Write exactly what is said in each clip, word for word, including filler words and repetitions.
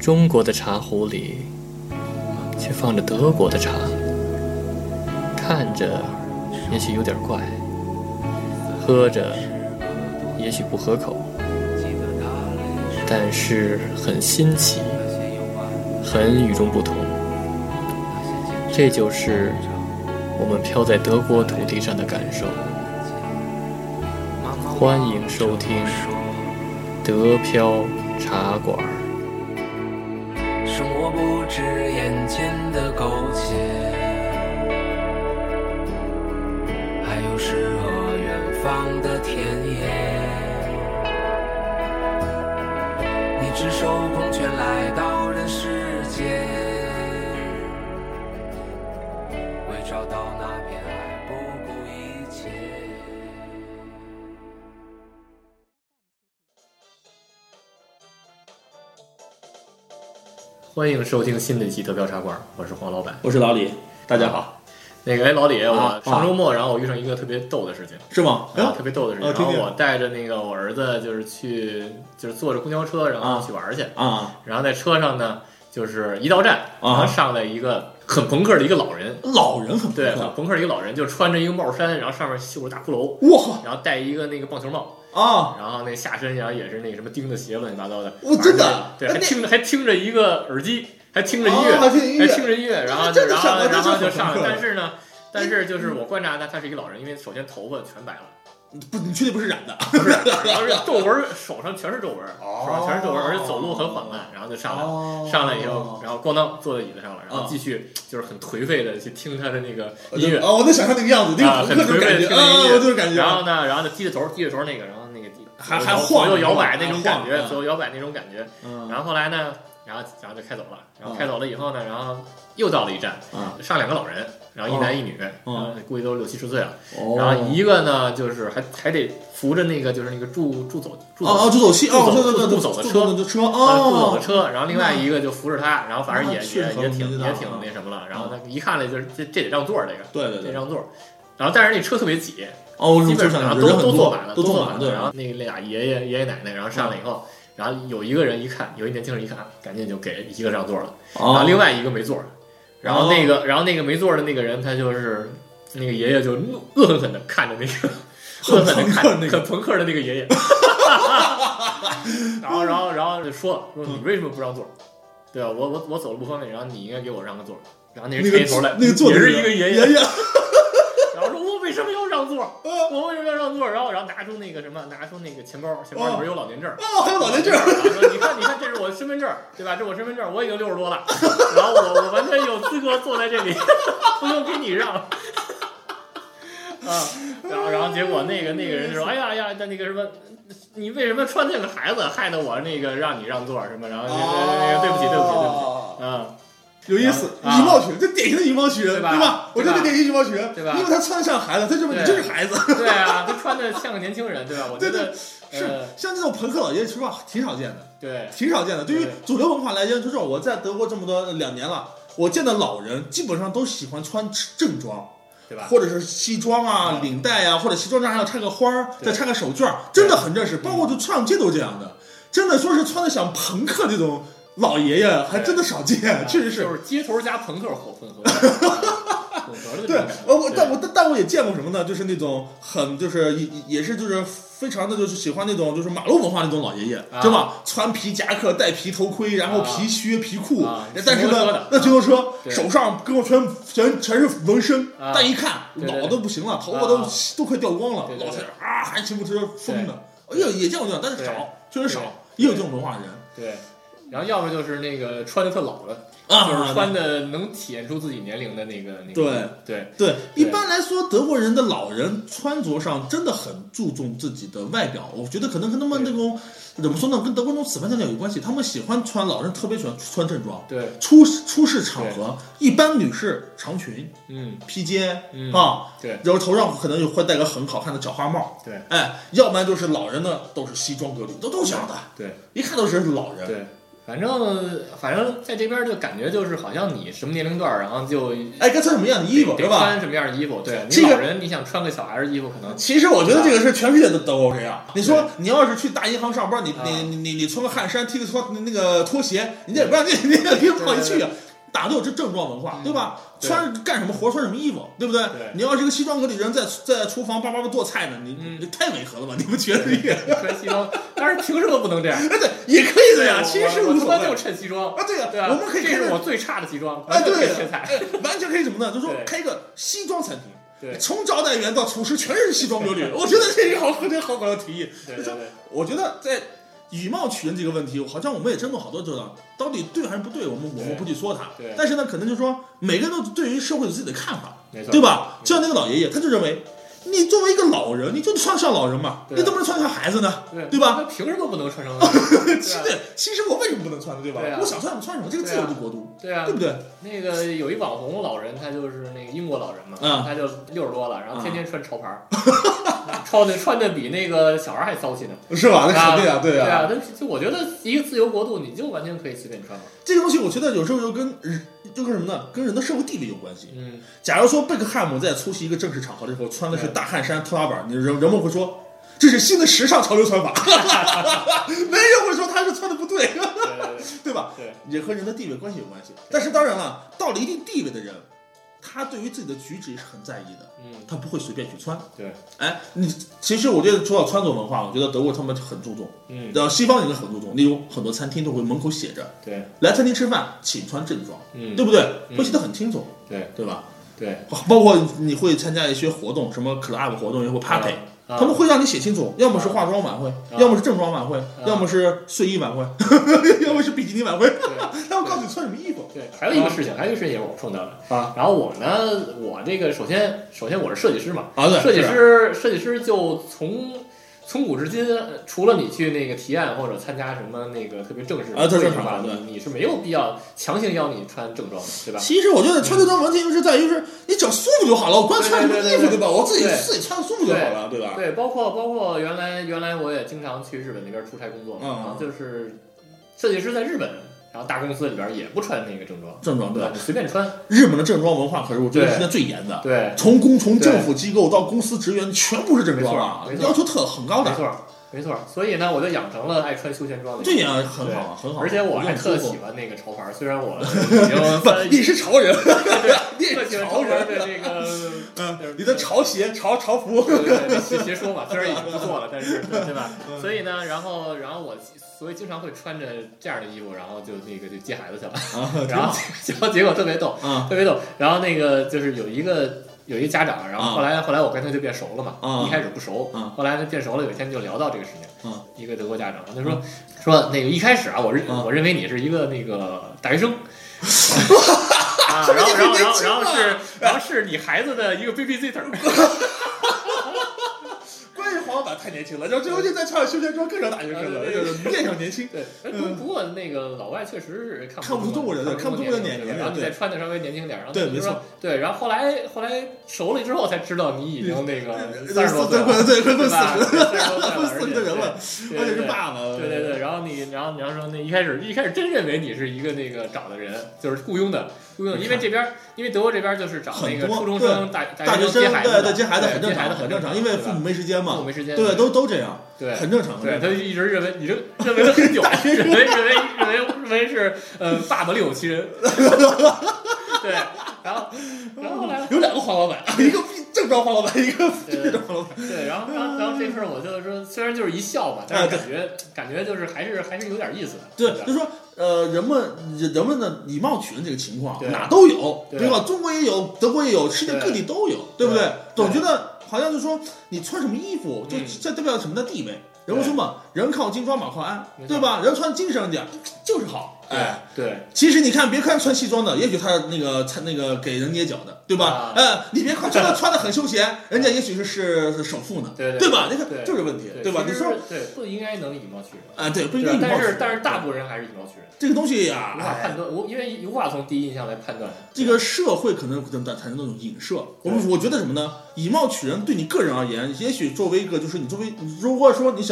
中国的茶壶里却放着德国的茶，看着也许有点怪，喝着也许不合口，但是很新奇，很与众不同。这就是我们飘在德国土地上的感受。欢迎收听德飘茶馆。 生活不止眼前的苟且，还有诗和远方的田野。你赤手空拳来到人世间，为找到那片爱不顾一切。 欢迎收听新的一期德飘茶馆，我是黄老板， 我是老李，大家好。 那个哎，老李，我啊上周末，然后我遇上一个特别逗的事情， 是吗？ 然后特别逗的事情， 啊然后听听我带着那个我儿子，就是去，就是坐着公交车，然后去玩去， 啊， 然后在车上呢，就是一到站，然后上来一个很朋克的一个老人， 老人很对，很朋克的一个老人，就穿着一个帽衫，然后上面绣着大骷髅， 哇然后戴一个那个棒球帽。 啊， 然后那下身然后也是那个什么钉的鞋，乱七八糟的。 我真的对，还听着还听着一个耳机，还听着音乐， 哦还听音乐还听着音乐，然后就然后然后就上来。但是呢，但是就是我观察他，他是一个老人，因为首先头发全白了。 不，你确定不是染的？ 不是，然后是皱纹，手上全是皱纹，手上全是皱纹，而且走路很缓慢，然后就上来， 哦、 上来以后，然后咣当坐在椅子上了，然后继续就是很颓废的去听他的那个音乐。 哦，我能想象那个样子，那个很颓废的听音乐， 我就是感觉。 然后呢，然后呢，低着头，低着头那个，然后那个还还左右晃摇摆那种感觉， 晃左右摇摆那种感觉。 嗯。 然后后来呢，然后然后就开走了，然后开走了以后呢，然后又到了一站，上两个老人。然后一男一女，然后估计都是六七十岁了。然后一个呢，就是还还得扶着那个就是那个助助走助走哦助走器哦， 助走助走的车车啊助走的车。然后另外一个就扶着他，然后反正也也也挺也挺那什么了。然后他一看来就是这这得让座这个， 对对这让座。然后但是那车特别挤， 哦， 基本上都都坐满了， 都坐满了。 然后那俩爷爷爷爷奶奶，然后上来以后，然后有一个人一看，有一年轻人一看，赶紧就给一个让座了，然后另外一个没座。然后那个，然后那个没座的那个人，他就是那个爷爷，就恶狠狠的看着那个，恶狠狠的看那个朋克的那个爷爷，然后，然后，然后就说说你为什么不让座？对吧？我我我走路不方便，然后你应该给我让个座。然后那人抬头来， 那个座也是一个爷爷。 爷然后说：“我为什么要让座？我为什么要让座？”然后，然后拿出那个什么，拿出那个钱包，钱包里边有老年证。 哦，还有老年证。 然后说：“你看，你看，这是我身份证，对吧？这是我身份证，我已经六十多了，然后我我完全有资格坐在这里，不用给你让。”啊，然后，然后结果那个那个人就说：“哎呀呀，那那个什么，你为什么穿这个孩子，害得我那个让你让座什么？然后那个那个对不起，对不起，对不起，啊。” 有意思，以貌取人，这典型的以貌取人，对吧？我这个典型以貌取人， 对吧？ 因为他穿像孩子，他认为你就是孩子。 对啊，他穿的像个年轻人，对吧？我觉得是像这种朋克老爷爷，实话挺少见的， 对， 挺少见的。对于主流文化来讲，就是我在德国这么多两年了，我见的老人基本上都喜欢穿正装。 对吧？ 或者是西装啊、领带啊，或者西装上还要插个花儿，再插个手绢，真的很正式。包括就穿上街都这样的，真的说是穿的像朋克这种。老爷爷还真的少见，确实是， 就是街头加朋克混合。 对，呃，我但我但我也见过什么呢？就是那种很就是也也是就是非常的就是喜欢那种就是马路文化那种老爷爷，对吧？穿皮夹克、戴皮头盔，然后皮靴、皮裤，但是呢，那骑摩托车手上跟我全全全是纹身，但一看老都不行了，头发都都快掉光了，老是啊还骑摩托车疯的，哎呀也见过这样，但是少，确实少，也有这种文化人， 对。然后要么就是那个穿的特老的， 啊， 就是穿的能体现出自己年龄的那个那个。 对对对，一般来说，德国人的老人穿着上真的很注重自己的外表。我觉得可能跟他们那种怎么说呢，跟德国那种死板教育有关系。他们喜欢穿，老人特别喜欢穿正装。 对， 出出示场合，一般女士长裙， 嗯， 披肩， 嗯啊， 对， 然后头上可能就会戴个很好看的角花帽。 对， 哎，要不然就是老人呢，都是西装革履，都都这样的。 对， 一看都是老人。 对。 反正反正在这边就感觉就是好像你什么年龄段，然后就哎该穿什么样的衣服是吧？ 穿什么样的衣服？对， 你老人你想穿个小孩的衣服，可能其实我觉得这个是全世界都都 OK 啊。你说你要是去大银行上班，你你你你你穿个汗衫，踢个拖那个拖鞋，你也不让你你也别不好意思去啊。打都有这正装文化，对吧？穿干什么活，穿什么衣服，对不对？你要是个西装革履人，在在厨房叭叭叭做菜呢，你你太违和了吧？你不觉得这个穿西装？但是凭什么不能这样？ 哎，对，也可以的呀，其实是无所谓。 就衬西装啊，对呀， 对吧？ 我们可以， 这是我最差的西装， 哎，对， 切菜， 完全可以什么呢？就是说开一个西装餐厅。 对， 从招待员到厨师全是西装革履，我觉得这个好，这个好搞的提议。 对对对， 我觉得在以貌取人这个问题，好像我们也争论好多周了，到底对还是不对？我们我们不去说它。但是呢，可能就是说每个人都对于社会有自己的看法，对吧？就像那个老爷爷，他就认为。你作为一个老人，你就穿像老人嘛，你怎么能穿像孩子呢？ 对， 对吧？ 那凭什么不能穿成？ 对，其实我为什么不能穿呢？对吧？我想穿什么穿什么，这个自由的国度， 对啊， 对不对？ 那个有一网红老人，他就是那个英国老人嘛， 嗯， 他就六十多了，然后天天穿潮牌，穿的穿的比那个小孩还骚气呢， 是吧？那肯定啊，对啊， 对啊，那就我觉得一个自由国度，你就完全可以随便穿嘛。 这个东西，我觉得有时候就跟就跟什么呢？跟人的社会地位有关系。 嗯， 假如说贝克汉姆在出席一个正式场合的时候，穿的是大汗衫、拖拉板，你人人们会说这是新的时尚潮流穿法，没人会说他是穿的不对， 对, 对, 对吧？ 对， 也和人的地位关系有关系。但是当然了，到了一定地位的人，他对于自己的举止也是很在意的， 嗯， 他不会随便去穿。 对， 哎，你其实我觉得说到穿着文化，我觉得德国他们很注重， 嗯， 然后西方人很注重，例如很多餐厅都会门口写着， 对， 来餐厅吃饭请穿正装， 嗯， 对不对？ 嗯、 会写得很清楚， 对， 对吧？ 对， 包括你会参加一些活动，什么 club 活动，也会 party，、啊、他们会让你写清楚，要么是化妆晚会，啊、要么是正装晚会，啊、要么是睡衣晚会，要么是比基尼晚会，他会告诉你穿什么衣服。 对，还有一个事情，啊、还有一个事情也是我碰到的啊。然后我呢，我这个首先首先我是设计师嘛， 啊对， 设计师设计师就从。从古至今，除了你去那个提案或者参加什么那个特别正式的会议吧，你你是没有必要强行要你穿正装的，对吧？ 其实我觉得穿正装问题就是在于是你只要舒服就好了，我光穿什么衣服对吧？我自己自己穿舒服就好了，对吧？ 对，包括包括原来原来我也经常去日本那边出差工作嘛， 嗯、 然后就是设计师在日本。然后大公司里边也不穿那个正装， 正装对吧？ 你随便穿。 日本的正装文化可是我觉得现在最严的， 对， 从公从政府机构到公司职员全部是正装啊，要求特很高的。 没错，没错。所以呢，我就养成了爱穿休闲装的。 这样很好啊，很好。 而且我还特喜欢那个潮牌，虽然我已经不，你是潮人， 对， 你是潮人的这个， 嗯，你的潮鞋、潮潮服， 对对对，斜斜说嘛，虽然已经不做了，但是对吧？所以呢，然后然后我。所以经常会穿着这样的衣服，然后就那个就接孩子去了， 啊、 然后结果结果特别逗， 啊、 特别逗。然后那个就是有一个有一个家长，然后后来、 啊、 后来我跟他就变熟了嘛， 啊、 一开始不熟， 啊、 后来变熟了，有一天就聊到这个事情， 啊、 一个德国家长他说、啊、说那个一开始啊，我认、 啊、 我认为你是一个那个大学生。啊，然后然后然后然后是然后是你孩子的一个 babysitter。 滑板太年轻了，然后最后就再穿上休闲装更像大学生了，面上年轻。 对，不不过那个老外确实是看不出中国人，看不出中国的年龄， 然后你再穿的稍微年轻点，然后对，没错， 对，然后后来后来熟了之后才知道你已经那个三十多岁了，对，快奔四十，三十多岁了， 四十的人了，而且是爸爸。 对对对，然后你然后你要说那一开始一开始真认为你是一个那个找的人，就是雇佣的。因为这边，因为德国这边就是找那个初中生、大大学生，对对，接孩子很正常， 很正常，因为父母没时间嘛， 父母没时间， 对，都都这样， 对， 很正常。 对，他一直认为你这认为了很久，认为认为认为认为是呃爸爸另有其人，对，然后然后后来有两个滑板，一个正装滑板，一个非正滑板，对，然后然后然后这事儿我就说，虽然就是一笑吧，但是感觉感觉就是还是还是有点意思的， 对，就是说。呃，人们人们的以貌取人这个情况哪都有，对吧？中国也有，德国也有，世界各地都有，对不对？总觉得好像就是说你穿什么衣服，就这代表什么的地位。人们说嘛，人靠金装马靠鞍，对吧？人穿精神点就是好，哎， 对。 其实你看，别看穿西装的，也许他那个他那个给人捏脚的，对吧？哎，你别看穿的穿的很休闲，人家也许是是首富呢，对吧？你看就是问题，对吧？你说对，不应该能以貌取人啊，对，不应该以貌取人。 但是但是大部分人还是以貌取人。 这个东西呀， 无法判断，我因为无法从第一印象来判断。 这个社会可能产生那种影射。我们我觉得什么呢？以貌取人对你个人而言，也许作为一个就是你作为，如果说你想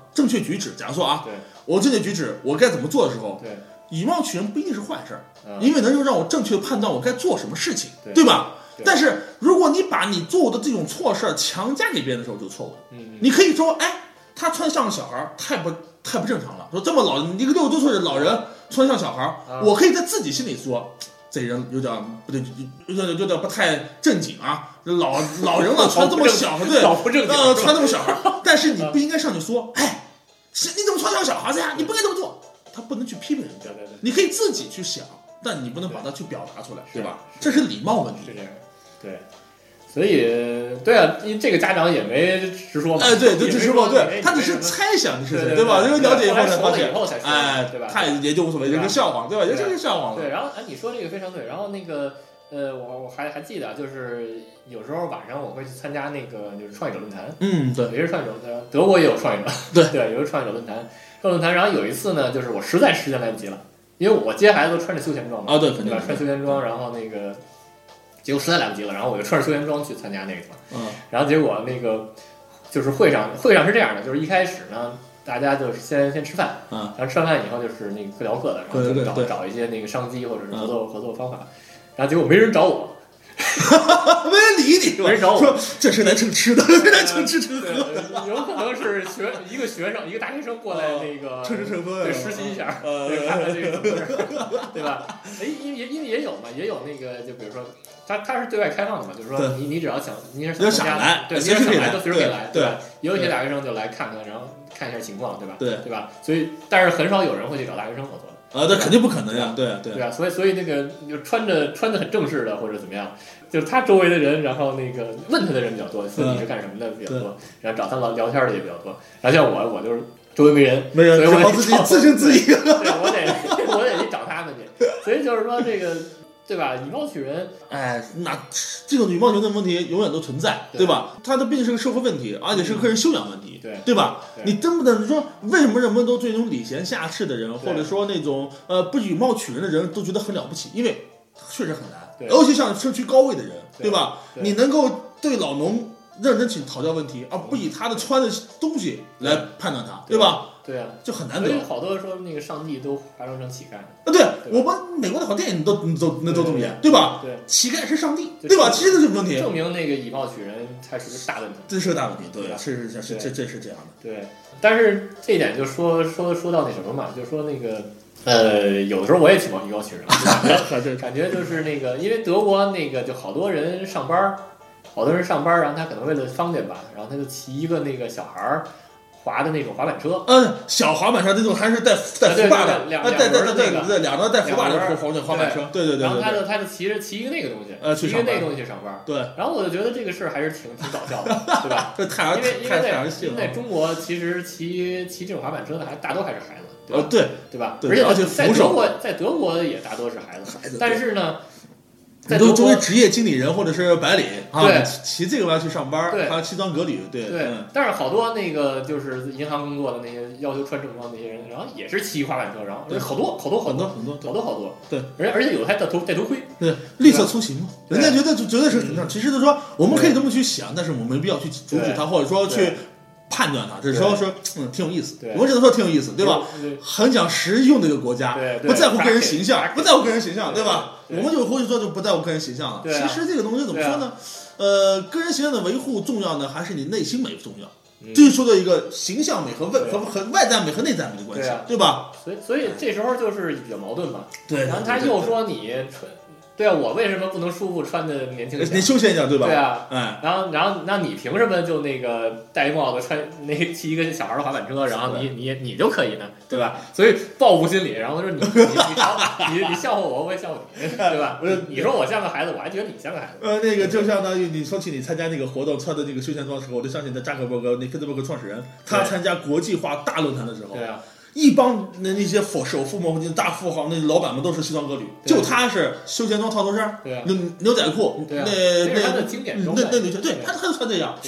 正确举止，假如说啊， 对， 我正确举止我该怎么做的时候， 对， 以貌取人不一定是坏事儿， 嗯、 因为能够让我正确的判断我该做什么事情， 对， 对吧？ 对， 但是如果你把你做的这种错事儿强加给别人的时候，就错误。 嗯， 你可以说，哎，他穿像个小孩，太不太不正常了。说这么老一个六十多岁的老人穿像小孩， 啊、 我可以在自己心里说。这人有点不对，有点有点不太正经啊！老老人了，穿这么小，对， 老不正经， 呃，穿这么小孩。但是你不应该上去说，哎，是你怎么穿像小孩子呀？你不该这么做。他不能去批评人家， 对对对， 你可以自己去想，但你不能把它去表达出来，对吧？这是礼貌问题。 是这样，对。所以，对啊，因为这个家长也没直说嘛， 哎，对，就直说， 说对，他只是猜想你是谁， 对吧？因为了解以后才发现， 哎， 对吧？他也就无所谓，这个笑话，对吧？也是个笑话。 对，然后哎，你说这个非常对。然后那个，呃，我我还还记得，就是有时候晚上我会去参加那个就是创业者论坛， 嗯，对， 也是创业者论坛，德国也有创业者， 对对，有创业者论坛，创业论坛。然后有一次呢，就是我实在时间来不及了，因为我接孩子都穿着休闲装嘛， 啊，对， 对吧？穿休闲装，然后那个。结果实在来不及了，然后我就穿着休闲装去参加那个了。 嗯， 然后结果那个就是会上，会上是这样的，就是一开始呢，大家就是先先吃饭， 嗯， 然后吃完饭以后就是那个各聊各的，然后就找找一些那个商机或者是合作、嗯、合作方法，然后结果没人找我。 没人理你， 没人找我。 说这是来蹭吃的，这是来蹭吃蹭喝。 有可能是学一个学生，一个大学生过来那个蹭吃蹭喝， 对，实习一下，对，看看这个怎么回事，对吧？哎，因为因为也有嘛，也有那个，就比如说，他他是对外开放的嘛，就是说你你只要想，你是想来， 对，你要想来都随时可以来， 对吧？也有一些大学生就来看看，然后看一下情况，对吧？ 对， 对吧？所以，但是很少有人会去找大学生合作的。 啊，这肯定不可能呀，对对啊，所以所以那个就穿着穿的很正式的或者怎么样，就是他周围的人，然后那个问他的人比较多，说你是干什么的比较多，然后找他聊聊天的也比较多。然后像我，我就是周围没人， 没人， 所以我得自己自生自灭。 对，我得我得去找他们去。所以就是说这个。对吧？以貌取人， 哎，那这种以貌取人的问题永远都存在， 对, 对吧？它它毕竟是个社会问题，而且是个个人修养问题， 对对吧？对你真不能说为什么人们都对那种礼贤下士的人，或者说那种呃不以貌取人的人都觉得很了不起？因为确实很难，尤其像身居高位的人， 对, 对吧？对你能够对老农认真去讨教问题，而不以他的穿的东西来判断他， 对, 对吧？ 对啊， 就很难得。 所以好多说那个上帝都化妆成乞丐。 啊，对，我们美国的好电影都都那都这么演，对吧？ 对， 乞丐是上帝，对吧？其实这是问题， 证明那个以貌取人才是个大问题。 这是个大问题，对，是是是，这这是这样的。 对，但是这一点就说说说到那什么嘛，就说那个呃，有的时候我也挺以貌取人，感觉就是那个，因为德国那个就好多人上班，好多人上班，然后他可能为了方便吧，然后他就骑一个那个小孩儿。滑的那种滑板车， 嗯，小滑板车那种还是带带扶把的，啊， 对对对对对，两个带扶把的滑滑板车，对对对。 然后他就他就骑着骑一个那个东西， 呃， 骑一个那个东西去上班， 对。 然后我就觉得这个事儿还是挺挺搞笑的，对吧？ 这太因为因为在因为在中国其实骑骑这种滑板车的还大多还是孩子， 呃，对对吧？ 而且而且在德国在德国也大多是孩子， 孩子， 但是呢。 你都作为职业经理人或者是白领啊， 对， 骑这个玩意去上班， 对， 还要西装革履，对对、嗯。但是好多那个就是银行工作的那些要求穿正装那些人，然后也是骑滑板车，然后好多好多好多很多好多好多， 对， 而且而且有的还戴头戴头盔， 对，绿色出行嘛，人家觉得就绝对是很正。其实就是说我们可以这么去想，但是我们没必要去阻止他，或者说去。判断它，只是说说嗯挺有意思，我们只能说挺有意思，对吧？很讲实用的一个国家，不在乎个人形象，不在乎个人形象，对吧？我们就或者说就不在乎个人形象了。其实这个东西怎么说呢？呃，个人形象的维护重要呢，还是你内心美重要？这就说到一个形象美和外和和外在美和内在美的关系，对吧？ 所以所以这时候就是比较矛盾嘛。 对， 然后他又说你穿。对啊，我为什么不能舒服穿的年轻一点？ 你休闲一点，对吧？ 对啊， 哎， 然后，然后，那你凭什么就那个戴一帽子，穿那骑一个小孩的滑板车，然后你你你就可以呢，对吧？所以报复心理，然后说你你你笑你你笑话我，我也笑话你，对吧？你说我像个孩子，我还觉得你像个孩子。 呃，那个就相当于你说起你参加那个活动穿的那个休闲装的时候，我就想起那扎克伯格，那菲斯伯格创始人，他参加国际化大论坛的时候， 对啊。 一帮那那些富首富们、大富豪、那老板们都是西装革履，就他是休闲装套头衫， 对啊， 牛牛仔裤， 对啊， 那那他的经典那那女生，对他他就穿这样去的，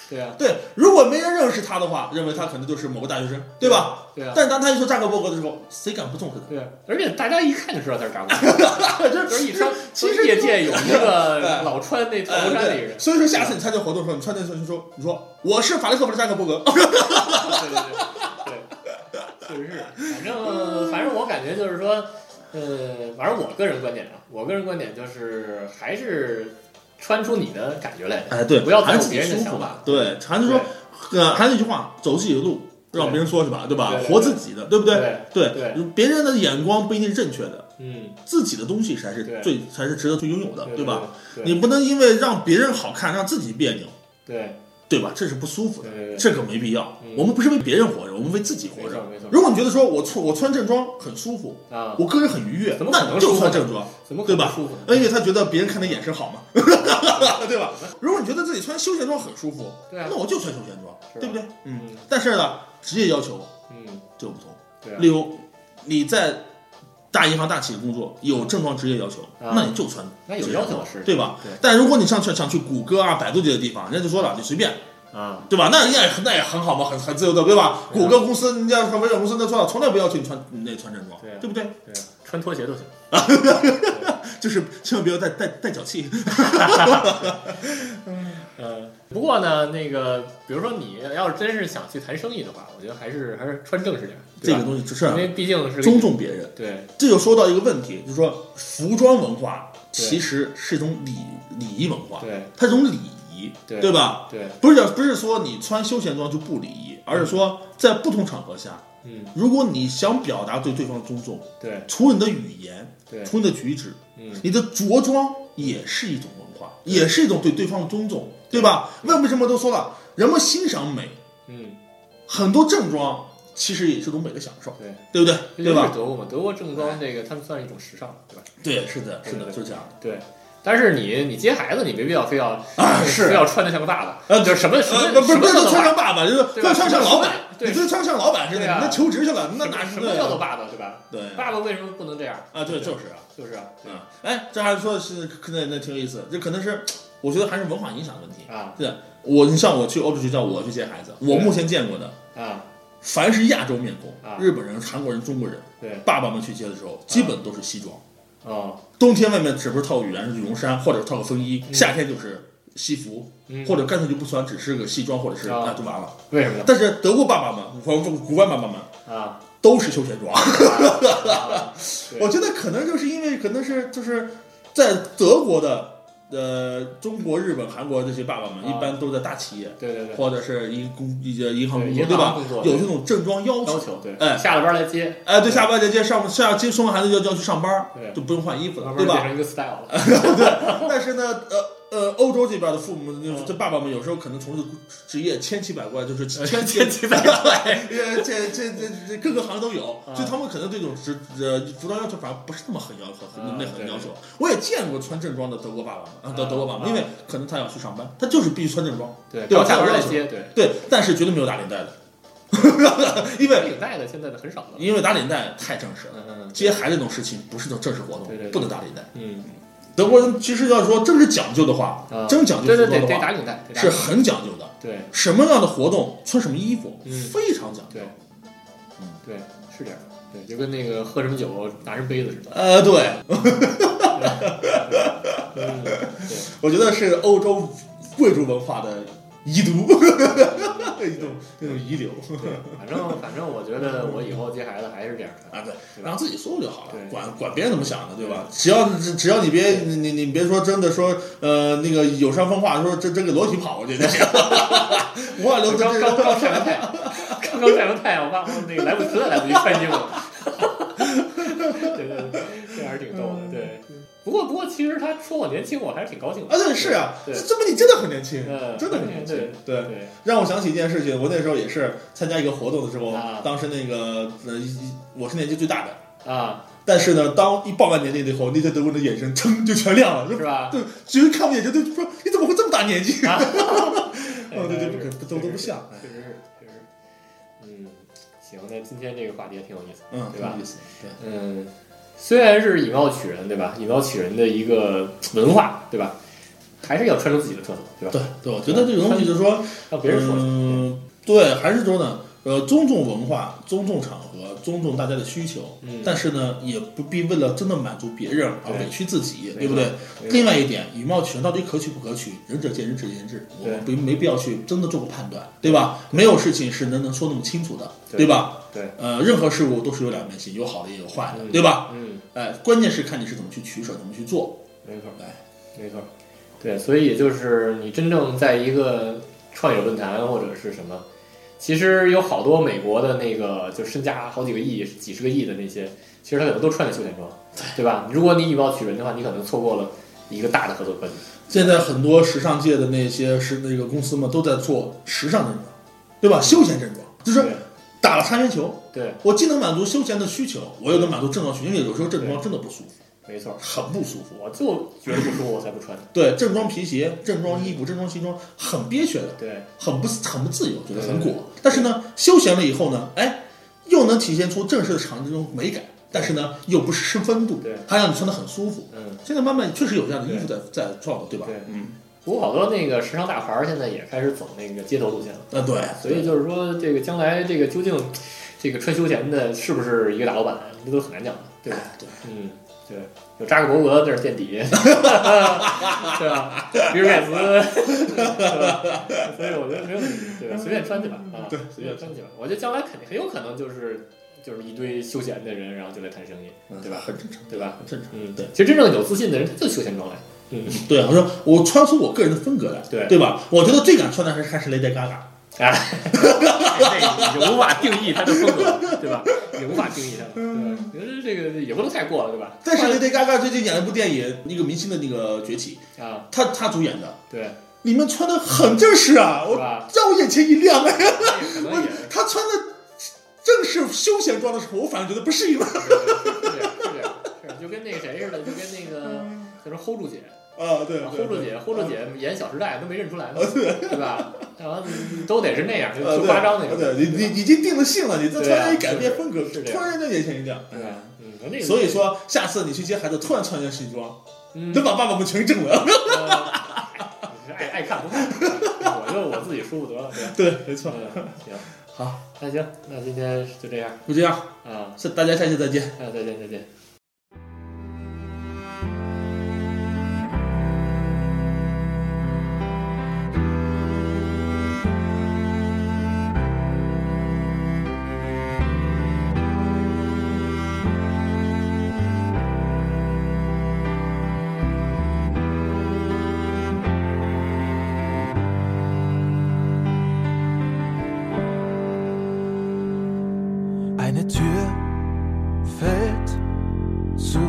对啊， 对，如果没人认识他的话，认为他可能就是某个大学生，对吧？ 对啊。 但是当他一说扎克伯格的时候，谁敢不重视他？ 对啊，而且大家一看就知道他是扎克伯格，就是一穿，其实业界有一个老穿那头衫那个人。 所以说，下次你参加活动的时候，你穿那身就说，你说我是法兰克福的扎克伯格。 对对对对，确实是。反正反正我感觉就是说，呃，反正我个人观点啊，我个人观点就是还是穿出你的感觉来。 哎，对， 不要在乎别人的想法。 对，还是说，呃，还是那句话，走自己的路。让别人说是吧，对吧？ 对对对活自己的，对不对？ 对对，别人的眼光不一定是正确的， 嗯， 自己的东西才是最才是值得去拥有的， 对吧？ 对你不能因为让别人好看，让自己别扭， 对对吧？这是不舒服的， 对对对这个没必要。 嗯、 我们不是为别人活着，我们为自己活着。 没错， 如果你觉得说我穿我穿正装很舒服啊， 我个人很愉悦，那你就穿正装，对吧？ 舒服， 因为他觉得别人看的眼神好嘛，对吧？如果你觉得自己穿休闲装很舒服， 对啊， 那我就穿休闲装，对不对？ 嗯， 但是呢，职业要求。 嗯， 就不同。 对、啊， 例如你在大银行、大企业工作，有正装职业要求， 啊、 那你就穿， 那有要求是， 对吧？ 对。 但如果你上去想去谷歌啊、百度这些地方，人家就说了，你随便啊， 对吧？那人家也那也很好嘛，很很自由的，对吧？对谷歌公司、人家微软公司都说了，从来不要求你穿那穿正装， 对、啊， 对不对？ 对、啊，穿拖鞋都行。 就是千万不要带带带脚气。 呃，不过呢，那个，比如说你要是真是想去谈生意的话，我觉得还是还是穿正式点。 这个东西只是因为毕竟是尊重别人。 对， 这就说到一个问题，就是说服装文化其实是一种礼礼仪文化， 对， 它是一种礼仪， 对对吧？ 对， 不是不是说你穿休闲装就不礼仪，而是说在不同场合下， 嗯， 如果你想表达对对方的尊重， 对， 除了你的语言， 对， 除了你的举止， 嗯， 你的着装也是一种文化，也是一种对对方的尊重，对吧？为什么都说了，人们欣赏美， 嗯， 很多正装其实也是种美的享受， 对， 对不对？对吧？ 德国嘛，德国正装这个他们算是一种时尚，对吧？ 对，是的，是的，就是这样的。 对，但是你你接孩子，你没必要非要啊，是非要穿的像个爸爸， 呃， 就是什么什么不是不是穿像爸爸，就是非要穿像老板， 对， 非穿像老板似的，你那求职去了，那哪什么叫做爸爸，对吧？ 对， 爸爸为什么不能这样啊？对，就是啊， 就是啊， 啊，哎，这还是说是那那挺有意思，这可能是我觉得还是文化影响的问题啊。 对，我你像我去欧洲学校，我去接孩子，我目前见过的啊。 凡是亚洲面孔， 啊、 日本人、韩国人、中国人， 对， 爸爸们去接的时候，基本都是西装。 哦、啊， 冬天外面只不是套羽绒羽绒衫，或者套个风衣；嗯、夏天就是西服， 嗯、 或者干脆就不穿，只是个西装，或者是啊就完了。 为什么？ 但是德国爸爸们，或者古外爸爸们啊， 都是休闲装。 啊、 我觉得可能就是因为可能是就是在德国的。呃，中国、日本、韩国这些爸爸们一般都在大企业， 对对对， 或者是银工、银行工作， 对吧？ 有这种正装要求，对， 哎， 下了班来接， 哎，对，下班来接，上下接送完孩子要要去上班， 对， 就不用换衣服了，对吧？ 变成一个 style 了， 对。但是呢，呃呃，欧洲这边的父母，这爸爸们有时候可能从事职业千奇百怪，就是千千奇百怪， 这这这这各个行都有，所以他们可能对这种职呃服装要求反而不是那么很要求，很那很要求。我也见过穿正装的德国爸爸们，德德国爸爸，因为可能他要去上班，他就是必须穿正装， 对， 对吧？ 下班来接，对对，但是绝对没有打领带的，因为领带的现在的很少了， 因为打领带太正式了， 嗯， 接孩子这种事情不是正式活动， 对对， 不能打领带， 嗯。 德国人其实要说真是讲究的话， 啊、 真讲究服装的话，是很讲究的。 对， 什么样的活动穿什么衣服， 嗯、 非常讲究。 对，嗯，对，是这样。对，就跟那个喝什么酒拿什么杯子似的。 呃，对。 嗯，对， 我觉得是欧洲贵族文化的遗毒，一种那种遗留。 反正反正，我觉得我以后接孩子还是这样穿啊，对，让自己舒服就好了， 对， 管管别人怎么想的，对吧？只要只要你别你你你别说真的说呃那个有伤风化，说这这个裸体跑过去就行。五二零刚刚刚晒完太阳，刚刚晒完太阳，我爸我那个来不实在来不及穿衣服。对对对，这还是挺逗的，对。不过，不过，其实他说我年轻，我还是挺高兴的。 啊，对，是啊， 对， 证明你真的很年轻， 嗯、 真的很年轻。 对， 对对让我想起一件事情，我那时候也是参加一个活动的时候， 啊、 当时那个呃，我是年纪最大的啊， 但是呢，当一报完年龄以后，那些德国人的眼神噌就全亮了， 是吧？ 对，只是看我眼睛都说你怎么会这么大年纪？ 啊， 哦，对对，不可都都不像， 确实是，确实，嗯，行，那今天这个话题也挺有意思， 嗯， 对吧？ 有意思，对， 嗯。虽然是以貌取人，对吧？以貌取人的一个文化，对吧？ 还是要穿出自己的特色，对吧？ 对对，我觉得这个东西就是说， 让别人说， 嗯，对，还是说呢，呃，尊重文化，尊重场合，尊重大家的需求， 嗯， 但是呢，也不必为了真的满足别人而委屈自己，对不对？ 对另外一点，以貌取人到底可取不可取，仁者见仁，智者见智，我们不没必要去真的做个判断，对吧？没有事情是能能说那么清楚的，对吧？ 对， 呃，任何事物都是有两面性，有好的也有坏的，对吧？ 嗯， 哎，关键是看你是怎么去取舍，怎么去做。 没错， 哎， 没错，对，所以也就是你真正在一个创业论坛或者是什么，其实有好多美国的那个就身价好几个亿、几十个亿的那些，其实他可能都穿着休闲装，对吧？如果你以貌取人的话，你可能错过了一个大的合作关系。 现在很多时尚界的那些是那个公司们都在做时尚正装，对吧？休闲正装就是打了擦边球。 对， 我既能满足休闲的需求，我又能满足正装需求，因为有时候正装真的不舒服。 没错， 很不舒服， 我就觉得不舒服，我才不穿。 对，正装皮鞋、正装衣服、正装西装，很憋屈的， 对， 很不很不自由，觉得很裹。但是呢，休闲了以后呢，哎，又能体现出正式的场这种美感，但是呢，又不是失风度， 对， 还让你穿得很舒服。 嗯， 现在慢慢确实有这样的衣服在在造的，对吧？ 对， 嗯。 不过好多那个时尚大牌现在也开始走那个街头路线了。 啊，对。 所以就是说，这个将来这个究竟，这个穿休闲的是不是一个大老板，这都很难讲的，对吧？ 对， 嗯。对，有扎克伯格在这垫底，对吧？比尔盖茨，对吧？所以我觉得没有问题，对吧？随便穿去吧，啊， 对， 随便穿去吧。我觉得将来肯定很有可能就是就是一堆休闲的人，然后就来谈生意，对吧？ 很正常， 对吧？ 很正常， 嗯， 对。 其实真正有自信的人，他就休闲装来，嗯， 对啊，我说我穿出我个人的风格来， 对对吧？我觉得最敢穿的还是还是 Lady Gaga。 哎，这你就无法定义他的风格，对吧？也无法定义他，对吧？觉得这个也不能太过了，对吧？ 但是 Lady Gaga 最近演了一部电影，一个明星的那个崛起啊， 他他主演的， 对， 里面穿的很正式啊，我让我眼前一亮哎，我他穿的正式休闲装的时候，我反而觉得不适应了。 是这样，是这样，是就跟那个谁似的，就跟那个叫什么 hold 住姐。 啊，对 ，hold 住姐 ，hold 住姐演《小时代》都没认出来呢，对吧？然后都得是那样，就特夸张那种。 对，你你已经定了性了，你这突然一改变风格，突然间眼前一亮。 对，嗯， 所以说下次你去接孩子，突然穿件西装，能把爸爸们全整了。 你是爱爱看不看？我就我自己舒服得了。 对，没错。 行， 好， 那行，那今天就这样， 就这样啊， 是大家下期再见。 啊，再见，再见。 Eine Tür fällt zu,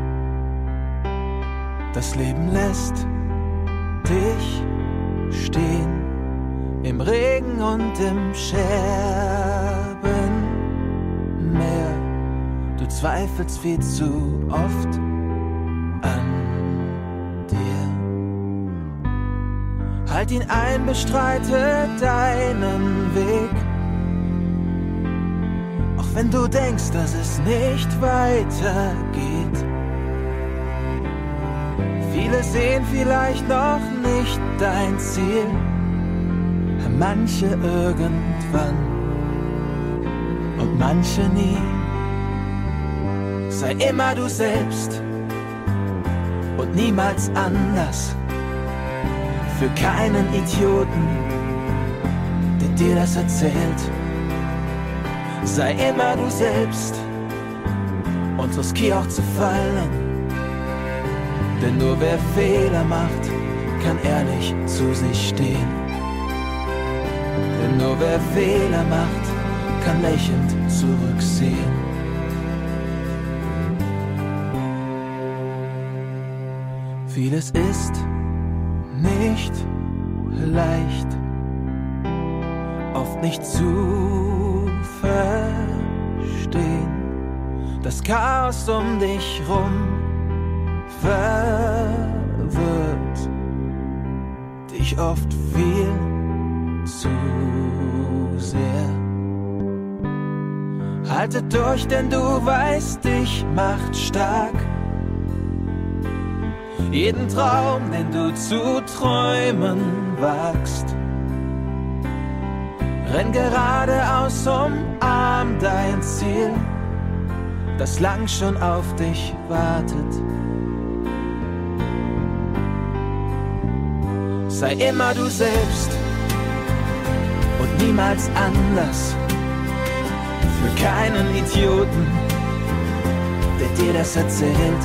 das Leben lässt dich stehen, im Regen und im Scherbenmeer. Du zweifelst viel zu oft an dir. Halt ihn ein, bestreite deinen Weg. Wenn du denkst, dass es nicht weitergeht. Viele sehen vielleicht noch nicht dein Ziel, manche irgendwann und manche nie. Sei immer du selbst und niemals anders. Für keinen Idioten, der dir das erzählt. Sei immer du selbst und riskier auch zu fallen. Denn nur wer Fehler macht, kann ehrlich zu sich stehen. Denn nur wer Fehler macht, kann lächelnd zurücksehen. Vieles ist nicht leicht, oft nicht zu verstehen. Das Chaos um dich rum verwirrt dich oft viel zu sehr. Halte durch, denn du weißt, dich macht stark. jeden Traum, den du zu träumen wagst. Renn geradeaus, umarm dein Ziel, das lang schon auf dich wartet. Sei immer du selbst und niemals anders. Für keinen Idioten, der dir das erzählt.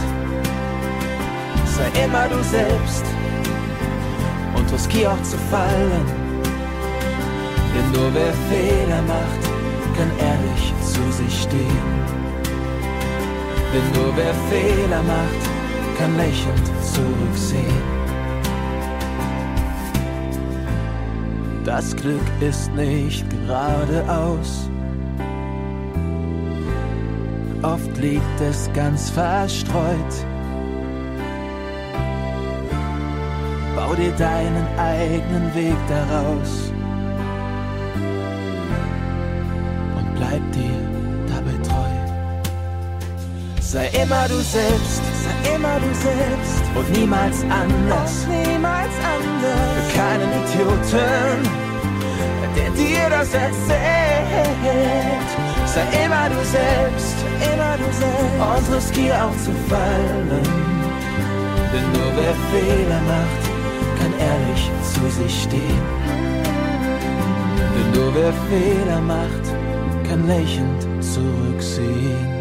Sei immer du selbst und riskier auch zu fallen. Denn nur wer Fehler macht, kann ehrlich zu sich stehen. Denn nur wer Fehler macht, kann lächelnd zurücksehen. Das Glück ist nicht geradeaus. Oft liegt es ganz verstreut. Bau dir deinen eigenen Weg daraus und bleib dir dabei treu. Sei immer du selbst, sei immer du selbst und niemals anders, und niemals anders. Für keinen Idioten, der dir das erzählt. Sei immer du selbst, immer du selbst und riskier auch zu fallen. Denn nur wer Fehler macht, kann ehrlich zu sich stehen. Denn nur wer Fehler macht, kann lächelnd zurücksehen.